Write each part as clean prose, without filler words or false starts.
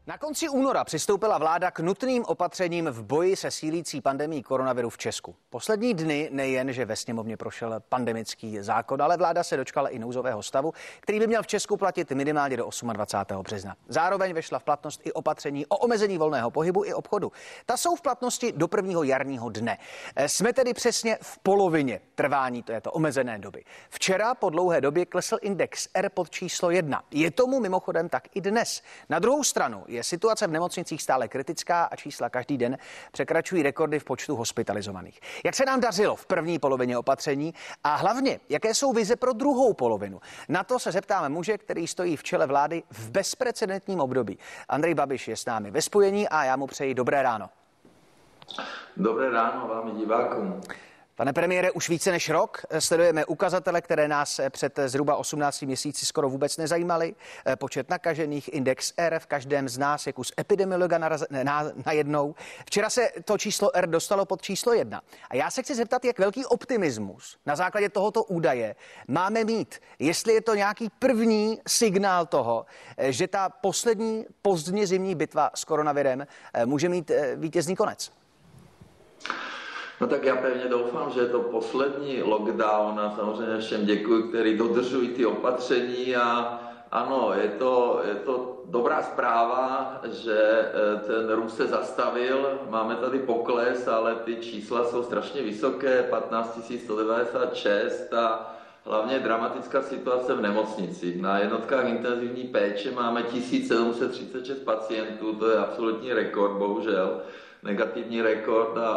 Na konci února přistoupila vláda k nutným opatřením v boji se sílící pandemií koronaviru v Česku. Poslední dny nejen, že ve sněmovně prošel pandemický zákon, ale vláda se dočkala i nouzového stavu, který by měl v Česku platit minimálně do 28. března. Zároveň vešla v platnost i opatření o omezení volného pohybu i obchodu. Ta jsou v platnosti do 1. jarního dne. Jsme tedy přesně v polovině trvání této omezené doby. Včera po dlouhé době klesl index R pod číslo 1. Je tomu mimochodem tak i dnes. Na druhou stranu je situace v nemocnicích stále kritická a čísla každý den překračují rekordy v počtu hospitalizovaných. Jak se nám dařilo v první polovině opatření a hlavně, jaké jsou vize pro druhou polovinu? Na to se zeptáme muže, který stojí v čele vlády v bezprecedentním období. Andrej Babiš je s námi ve spojení a já mu přeji dobré ráno. Dobré ráno vám i divákům. Pane premiére, už více než rok sledujeme ukazatele, které nás před zhruba 18 měsíci skoro vůbec nezajímaly. Počet nakažených, index R v každém z nás je kus epidemiologa najednou. Včera se to číslo R dostalo pod číslo 1. A já se chci zeptat, jak velký optimismus na základě tohoto údaje máme mít. Jestli je to nějaký první signál toho, že ta poslední pozdně zimní bitva s koronavirem může mít vítězný konec. No tak já pevně doufám, že je to poslední lockdown a samozřejmě všem děkuji, kteří dodržují ty opatření a ano, je to dobrá zpráva, že ten růst se zastavil, máme tady pokles, ale ty čísla jsou strašně vysoké, 15 196 a hlavně dramatická situace v nemocnicích. Na jednotkách intenzivní péče máme 1736 pacientů, to je absolutní rekord, bohužel. Negativní rekord a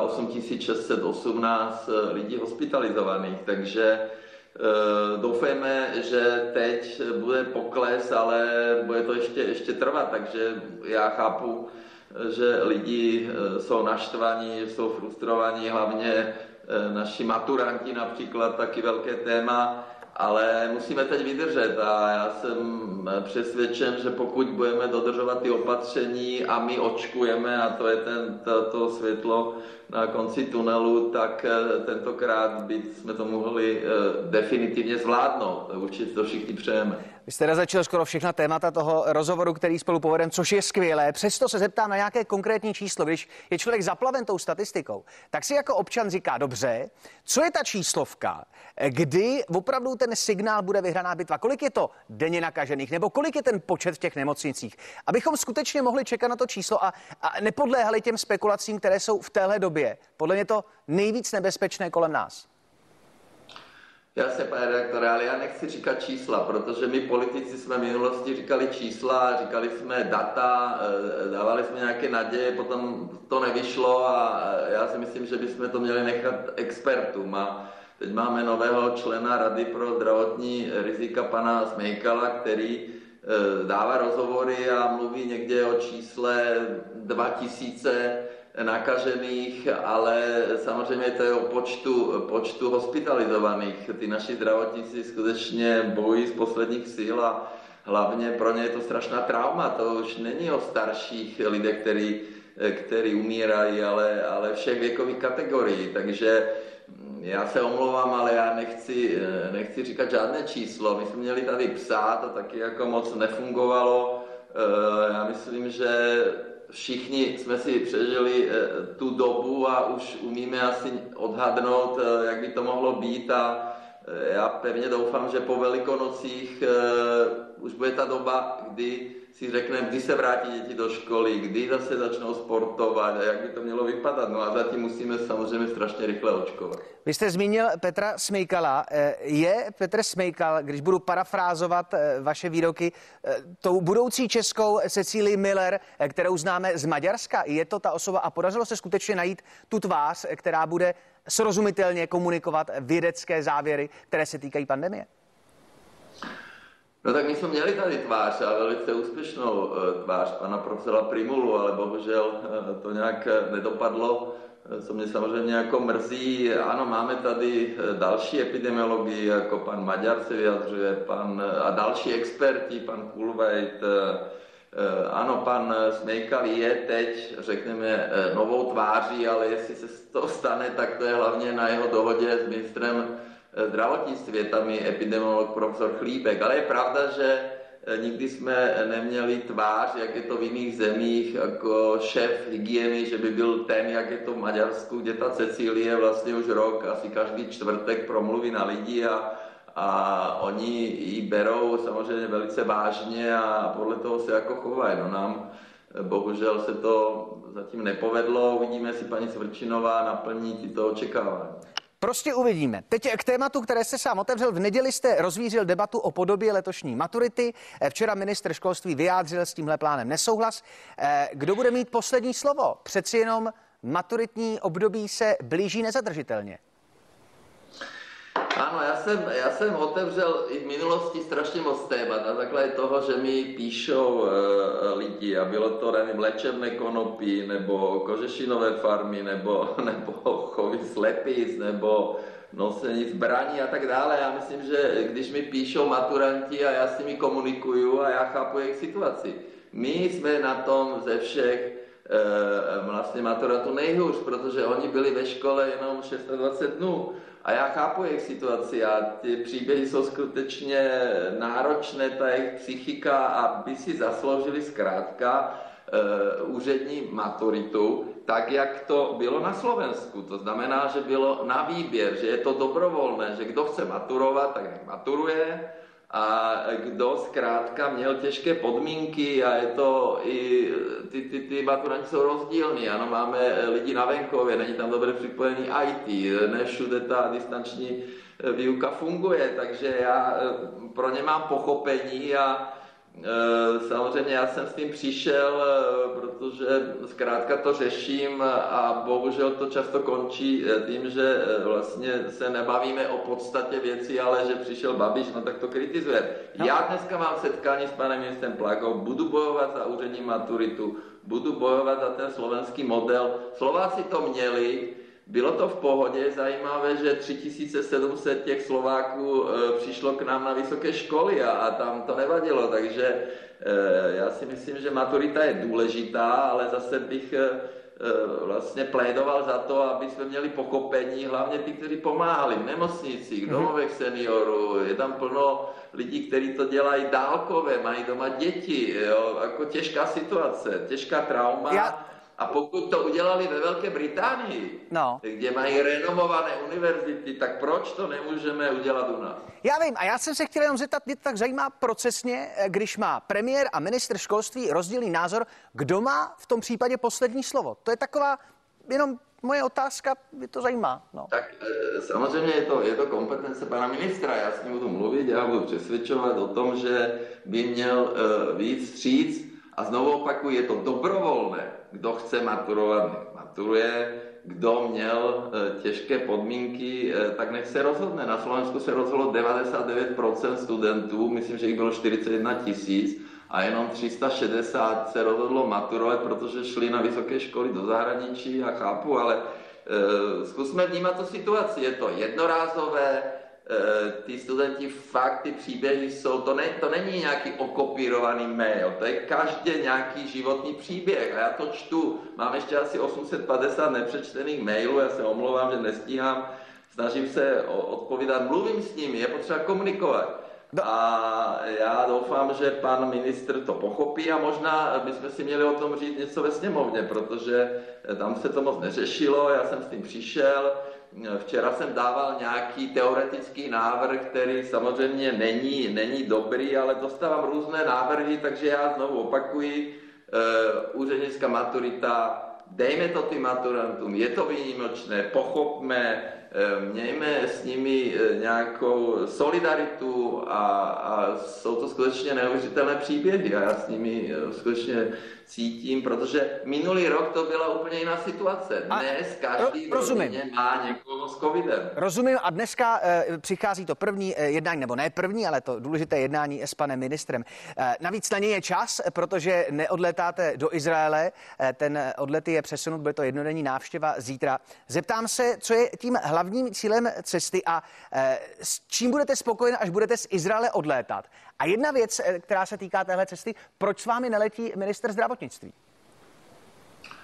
8618 lidí hospitalizovaných, takže doufejme, že teď bude pokles, ale bude to ještě trvat, takže já chápu, že lidi jsou naštvaní, jsou frustrovaní, hlavně naši maturanti například, taky velké téma, ale musíme teď vydržet a já jsem přesvědčen, že pokud budeme dodržovat ty opatření a my očkujeme, a to je to světlo na konci tunelu, tak tentokrát jsme to mohli definitivně zvládnout. Určitě to všichni přejeme. Vy jste naznačil skoro všechna témata toho rozhovoru, který spolu povedeme, což je skvělé. Přesto se zeptám na nějaké konkrétní číslo. Když je člověk zaplaven tou statistikou, tak si jako občan říká, dobře, co je ta číslovka, kdy opravdu ten signál bude vyhraná bitva? Kolik je to denně nakažených, nebo kolik je ten počet v těch nemocnicích? Abychom skutečně mohli čekat na to číslo a nepodléhali těm spekulacím, které jsou v téhle době. Podle mě to nejvíc nebezpečné kolem nás. Jasně, pane redaktore, ale já nechci říkat čísla, protože my politici jsme v minulosti říkali čísla, říkali jsme data, dávali jsme nějaké naděje, potom to nevyšlo a já si myslím, že bychom to měli nechat expertům. A teď máme nového člena Rady pro zdravotní rizika, pana Smejkala, který dává rozhovory a mluví někde o čísle 2000 nakažených, ale samozřejmě to je o počtu hospitalizovaných. Ty naši zdravotníci skutečně bojují z posledních sil a hlavně pro ně je to strašná trauma. To už není o starších lidech, který umírají, ale všech věkových kategorií. Takže já se omlouvám, ale já nechci říkat žádné číslo. My jsme měli tady psát a taky jako moc nefungovalo. Já myslím, že všichni jsme si přežili tu dobu a už umíme asi odhadnout, jak by to mohlo být a já pevně doufám, že po Velikonocích už bude ta doba, kdy si řekneme, kdy se vrátí děti do školy, kdy zase začnou sportovat a jak by to mělo vypadat. No a zatím musíme samozřejmě strašně rychle očkovat. Vy jste zmínil Petra Smejkala. Je Petr Smejkal, když budu parafrázovat vaše výroky, tou budoucí českou Cecílii Miller, kterou známe z Maďarska? Je to ta osoba a podařilo se skutečně najít tu tvář, která bude srozumitelně komunikovat vědecké závěry, které se týkají pandemie? No tak my jsme měli tady tvář a velice úspěšnou tvář pana profesora Primulu, ale bohužel to nějak nedopadlo, co mě samozřejmě jako mrzí. Ano, máme tady další epidemiologii, jako pan Maďar se vyjadřuje, a další experti, pan Kulvejt. Ano, pan Smejkal je teď, řekněme, novou tváří, ale jestli se to stane, tak to je hlavně na jeho dohodě s ministrem zdravotnictví, je tam i epidemiolog profesor Chlíbek, ale je pravda, že nikdy jsme neměli tvář, jak je to v jiných zemích, jako šéf hygieny, že by byl ten, jak je to v Maďarsku, kde ta Cecílie vlastně už rok, asi každý čtvrtek promluví na lidi a oni ji berou samozřejmě velice vážně a podle toho se jako chovají. No nám bohužel se to zatím nepovedlo, uvidíme, jestli paní Svrčinová naplní tyto očekávání. Prostě uvidíme. Teď k tématu, které jste sám otevřel. V neděli jste rozvířil debatu o podobě letošní maturity. Včera ministr školství vyjádřil s tímhle plánem nesouhlas. Kdo bude mít poslední slovo? Přeci jenom maturitní období se blíží nezadržitelně. Ano, já jsem otevřel i v minulosti strašně moc témat na základě toho, že mi píšou lidi a bylo to, nevím, léčebné konopí, nebo kožešinové farmy, nebo chovy slepic, nebo nosení zbraní a tak dále. Já myslím, že když mi píšou maturanti a já s nimi komunikuju a já chápu jejich situaci. My jsme na tom ze všech vlastně maturantů nejhůř, protože oni byli ve škole jenom 26 dnů. A já chápu jejich situaci a ty příběhy jsou skutečně náročné, ta jejich psychika, aby si zasloužili zkrátka úřední maturitu, tak jak to bylo na Slovensku. To znamená, že bylo na výběr, že je to dobrovolné, že kdo chce maturovat, tak maturuje a kdo zkrátka měl těžké podmínky a je to i ty maturanti jsou rozdílní. Ano, máme lidi na venkově, není tam dobře připojený IT, ne všude ta distanční výuka funguje, takže já pro ně mám pochopení a samozřejmě já jsem s tím přišel, protože zkrátka to řeším a bohužel to často končí tím, že vlastně se nebavíme o podstatě věci, ale že přišel Babiš, no tak to kritizuje. No. Já dneska mám setkání s panem ministrem Plagou, budu bojovat za úřední maturitu, budu bojovat za ten slovenský model. Slováci to měli, bylo to v pohodě, zajímavé, že 3700 těch Slováků přišlo k nám na vysoké školy a tam to nevadilo, takže já si myslím, že maturita je důležitá, ale zase bych vlastně plédoval za to, aby jsme měli pochopení, hlavně ty, kteří pomáhali v nemocnicích, v domovech seniorů, je tam plno lidí, kteří to dělají dálkové, mají doma děti, jo, jako těžká situace, těžká trauma. A pokud to udělali ve Velké Británii, kde mají renomované univerzity, tak proč to nemůžeme udělat u nás? Já vím, a já jsem se chtěl jenom zeptat, mě to tak zajímá procesně, když má premiér a ministr školství rozdílný názor, kdo má v tom případě poslední slovo? To je taková jenom moje otázka, mě to zajímá. No. Tak samozřejmě je to kompetence pana ministra, já s ním budu mluvit, já budu přesvědčovat o tom, že by měl víc vstříc a znovu opakuju, je to dobrovolné. Kdo chce maturovat, maturuje. Kdo měl těžké podmínky, tak nech se rozhodne. Na Slovensku se rozhodlo 99% studentů, myslím, že jich bylo 41 000 a jenom 360 se rozhodlo maturovat, protože šli na vysoké školy do zahraničí, já chápu, ale zkusme vnímat tu situaci. Je to jednorázové, ty studenti fakt, ty příběhy jsou, to není nějaký okopírovaný mail, to je každý nějaký životní příběh a já to čtu, mám ještě asi 850 nepřečtených mailů, já se omlouvám, že nestíhám, snažím se odpovídat, mluvím s nimi, je potřeba komunikovat. A já doufám, že pan ministr to pochopí a možná bychom si měli o tom říct něco ve sněmovně, protože tam se to moc neřešilo, já jsem s tím přišel. Včera jsem dával nějaký teoretický návrh, který samozřejmě není dobrý, ale dostávám různé návrhy, takže já znovu opakuji, úřednická maturita, dejme to tím maturantům, je to výjimečné, pochopme, mějme s nimi nějakou solidaritu a jsou to skutečně neuvěřitelné příběhy a já s nimi skutečně cítím, protože minulý rok to byla úplně jiná situace. Dnes každý v rodině má někoho s covidem. Rozumím a dneska přichází to první jednání, nebo ne první, ale to důležité jednání s panem ministrem. Navíc na něj je čas, protože neodletáte do Izraele, ten odlet je přesunut, bude to jednodenní návštěva zítra. Zeptám se, co je tím hlavním cílem cesty a s čím budete spokojen, až budete z Izraele odlétat. A jedna věc, která se týká téhle cesty, proč s vámi neletí ministr zdravotnictví?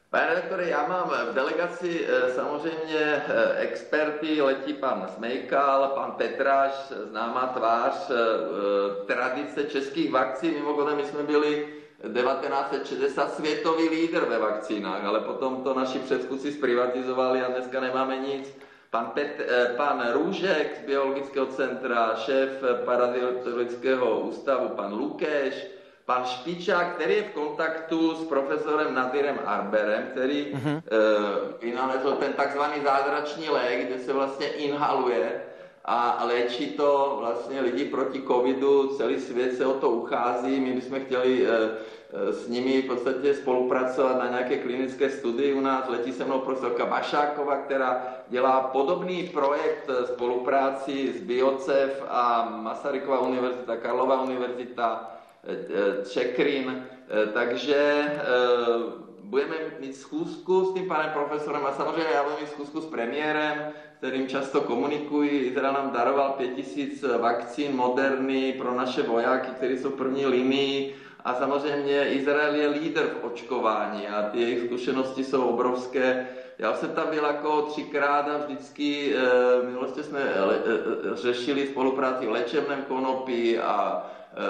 Pane redaktore, já mám v delegaci samozřejmě experty, letí pan Smejkal, pan Petráš, známá tvář tradice českých vakcín. Mimochodem, my jsme byli 1960 světový lídr ve vakcínách, ale potom to naši předchůdci zprivatizovali a dneska nemáme nic. Pan Růžek z Biologického centra, šéf parazitologického ústavu, pan Lukeš, pan Špičák, který je v kontaktu s profesorem Nadirem Arberem, který vynalezl ten takzvaný zázračný lék, kde se vlastně inhaluje a léčí to vlastně lidi proti covidu, celý svět se o to uchází, my bychom chtěli s nimi v podstatě spolupracovat na nějaké klinické studii u nás. Letí se mnou profesorka Vašáková, která dělá podobný projekt spolupráci s Biocev a Masarykova univerzita, Karlova univerzita, Čekrin, takže budeme mít schůzku s tím panem profesorem a samozřejmě já budu mít schůzku s premiérem, kterým často komunikuji. Izrael nám daroval 5000 vakcín Moderny pro naše vojáky, kteří jsou v první linii. A samozřejmě Izrael je lídr v očkování a ty jejich zkušenosti jsou obrovské. Já jsem tam byl jako 3krát a vždycky v minulosti jsme řešili spolupráci v léčebném konopí a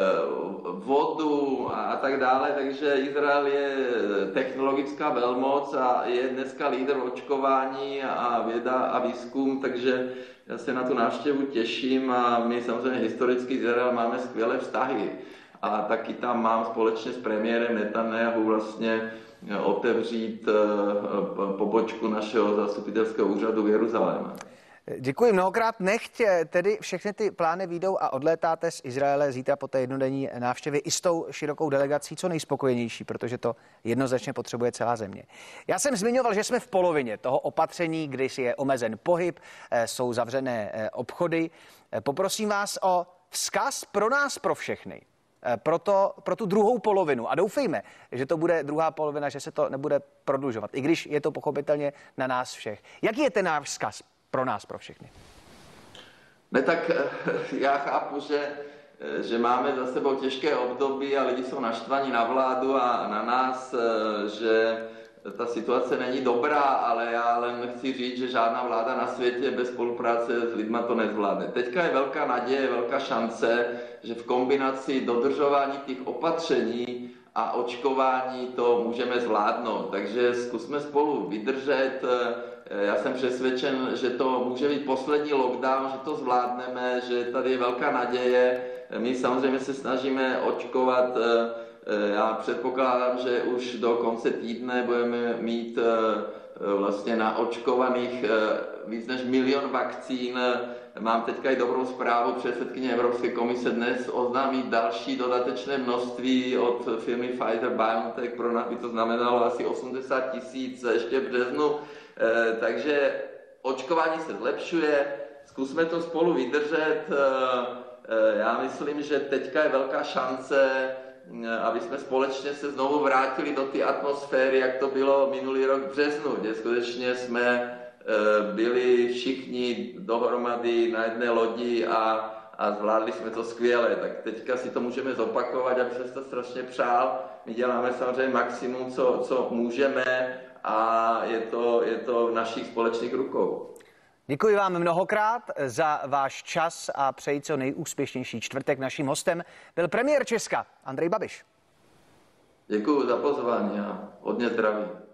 vodu a tak dále, takže Izrael je technologická velmoc a je dneska lídr v očkování a věda a výzkum, takže já se na tu návštěvu těším a my samozřejmě historicky Izrael máme skvělé vztahy a taky tam mám společně s premiérem Netanyahu vlastně otevřít pobočku našeho zastupitelského úřadu v Jeruzalému. Děkuji mnohokrát. Nechť tedy všechny ty plány vyjdou a odlétáte z Izraele zítra po té jednodenní návštěvě i s tou širokou delegací co nejspokojenější, protože to jednoznačně potřebuje celá země. Já jsem zmiňoval, že jsme v polovině toho opatření, kdy si je omezen pohyb, jsou zavřené obchody. Poprosím vás o vzkaz pro nás, pro všechny. Pro tu druhou polovinu. A doufejme, že to bude druhá polovina, že se to nebude prodlužovat, i když je to pochopitelně na nás všech. Jaký je ten náš vzkaz pro nás, pro všechny? Ne, tak já chápu, že máme za sebou těžké období a lidi jsou naštvaní na vládu a na nás, že ta situace není dobrá, ale já jen chci říct, že žádná vláda na světě bez spolupráce s lidma to nezvládne. Teďka je velká naděje, velká šance, že v kombinaci dodržování těch opatření a očkování to můžeme zvládnout. Takže zkusme spolu vydržet. Já jsem přesvědčen, že to může být poslední lockdown, že to zvládneme, že tady je velká naděje. My samozřejmě se snažíme očkovat. Já předpokládám, že už do konce týdne budeme mít vlastně naočkovaných víc než 1 000 000 vakcín. Mám teďka i dobrou zprávu, předsedkyně Evropské komise dnes oznámí další dodatečné množství od firmy Pfizer-BioNTech. Pro nás by to znamenalo asi 80 000 ještě v březnu. Takže očkování se zlepšuje, zkusme to spolu vydržet. Já myslím, že teďka je velká šance, aby jsme společně se znovu vrátili do té atmosféry, jak to bylo minulý rok v březnu, kde skutečně jsme byli všichni dohromady na jedné lodi a zvládli jsme to skvěle. Tak teďka si to můžeme zopakovat, já bych se to strašně přál. My děláme samozřejmě maximum, co můžeme a je to v našich společných rukou. Děkuji vám mnohokrát za váš čas a přeji co nejúspěšnější čtvrtek. Naším hostem byl premiér Česka Andrej Babiš. Děkuji za pozvání a hodně zdraví.